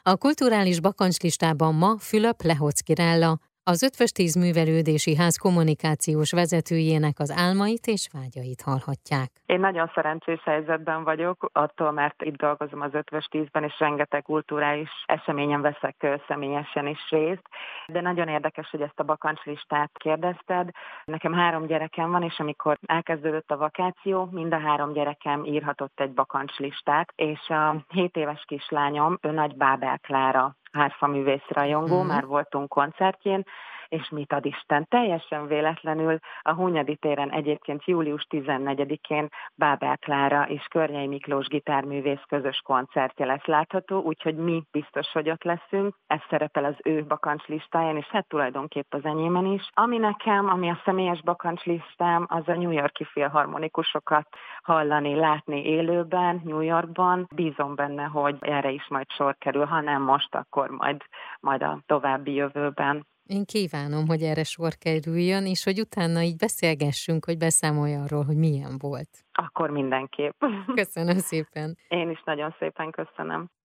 A kulturális bakancslistában ma Fülöp Lehocki Rella, az Eötvös 10 művelődési ház kommunikációs vezetőjének az álmait és vágyait hallhatják. Én nagyon szerencsés helyzetben vagyok, attól, mert itt dolgozom az Eötvös 10-ben, és rengeteg kulturális eseményen veszek személyesen is részt. De nagyon érdekes, hogy ezt a bakancslistát kérdezted. Nekem 3 gyerekem van, és amikor elkezdődött a vakáció, mind a 3 gyerekem írhatott egy bakancslistát, és a 7 éves kislányom, ő nagy Bábel Klára hárfaművész rajongó, már voltunk koncertjén, és mit ad Isten, teljesen véletlenül a Hunyadi téren egyébként július 14-én Bábel Klára és Környei Miklós gitárművész közös koncertje lesz látható, úgyhogy mi biztos, hogy ott leszünk. Ez szerepel az ő bakancslistáján, és hát tulajdonképp az enyémen is. Ami a személyes bakancslistám, az a New York-i filharmonikusokat hallani, látni élőben, New Yorkban. Bízom benne, hogy erre is majd sor kerül, ha nem most, akkor majd a további jövőben. Én kívánom, hogy erre sor kerüljön, és hogy utána így beszélgessünk, hogy beszámolj arról, hogy milyen volt. Akkor mindenképp. Köszönöm szépen. Én is nagyon szépen köszönöm.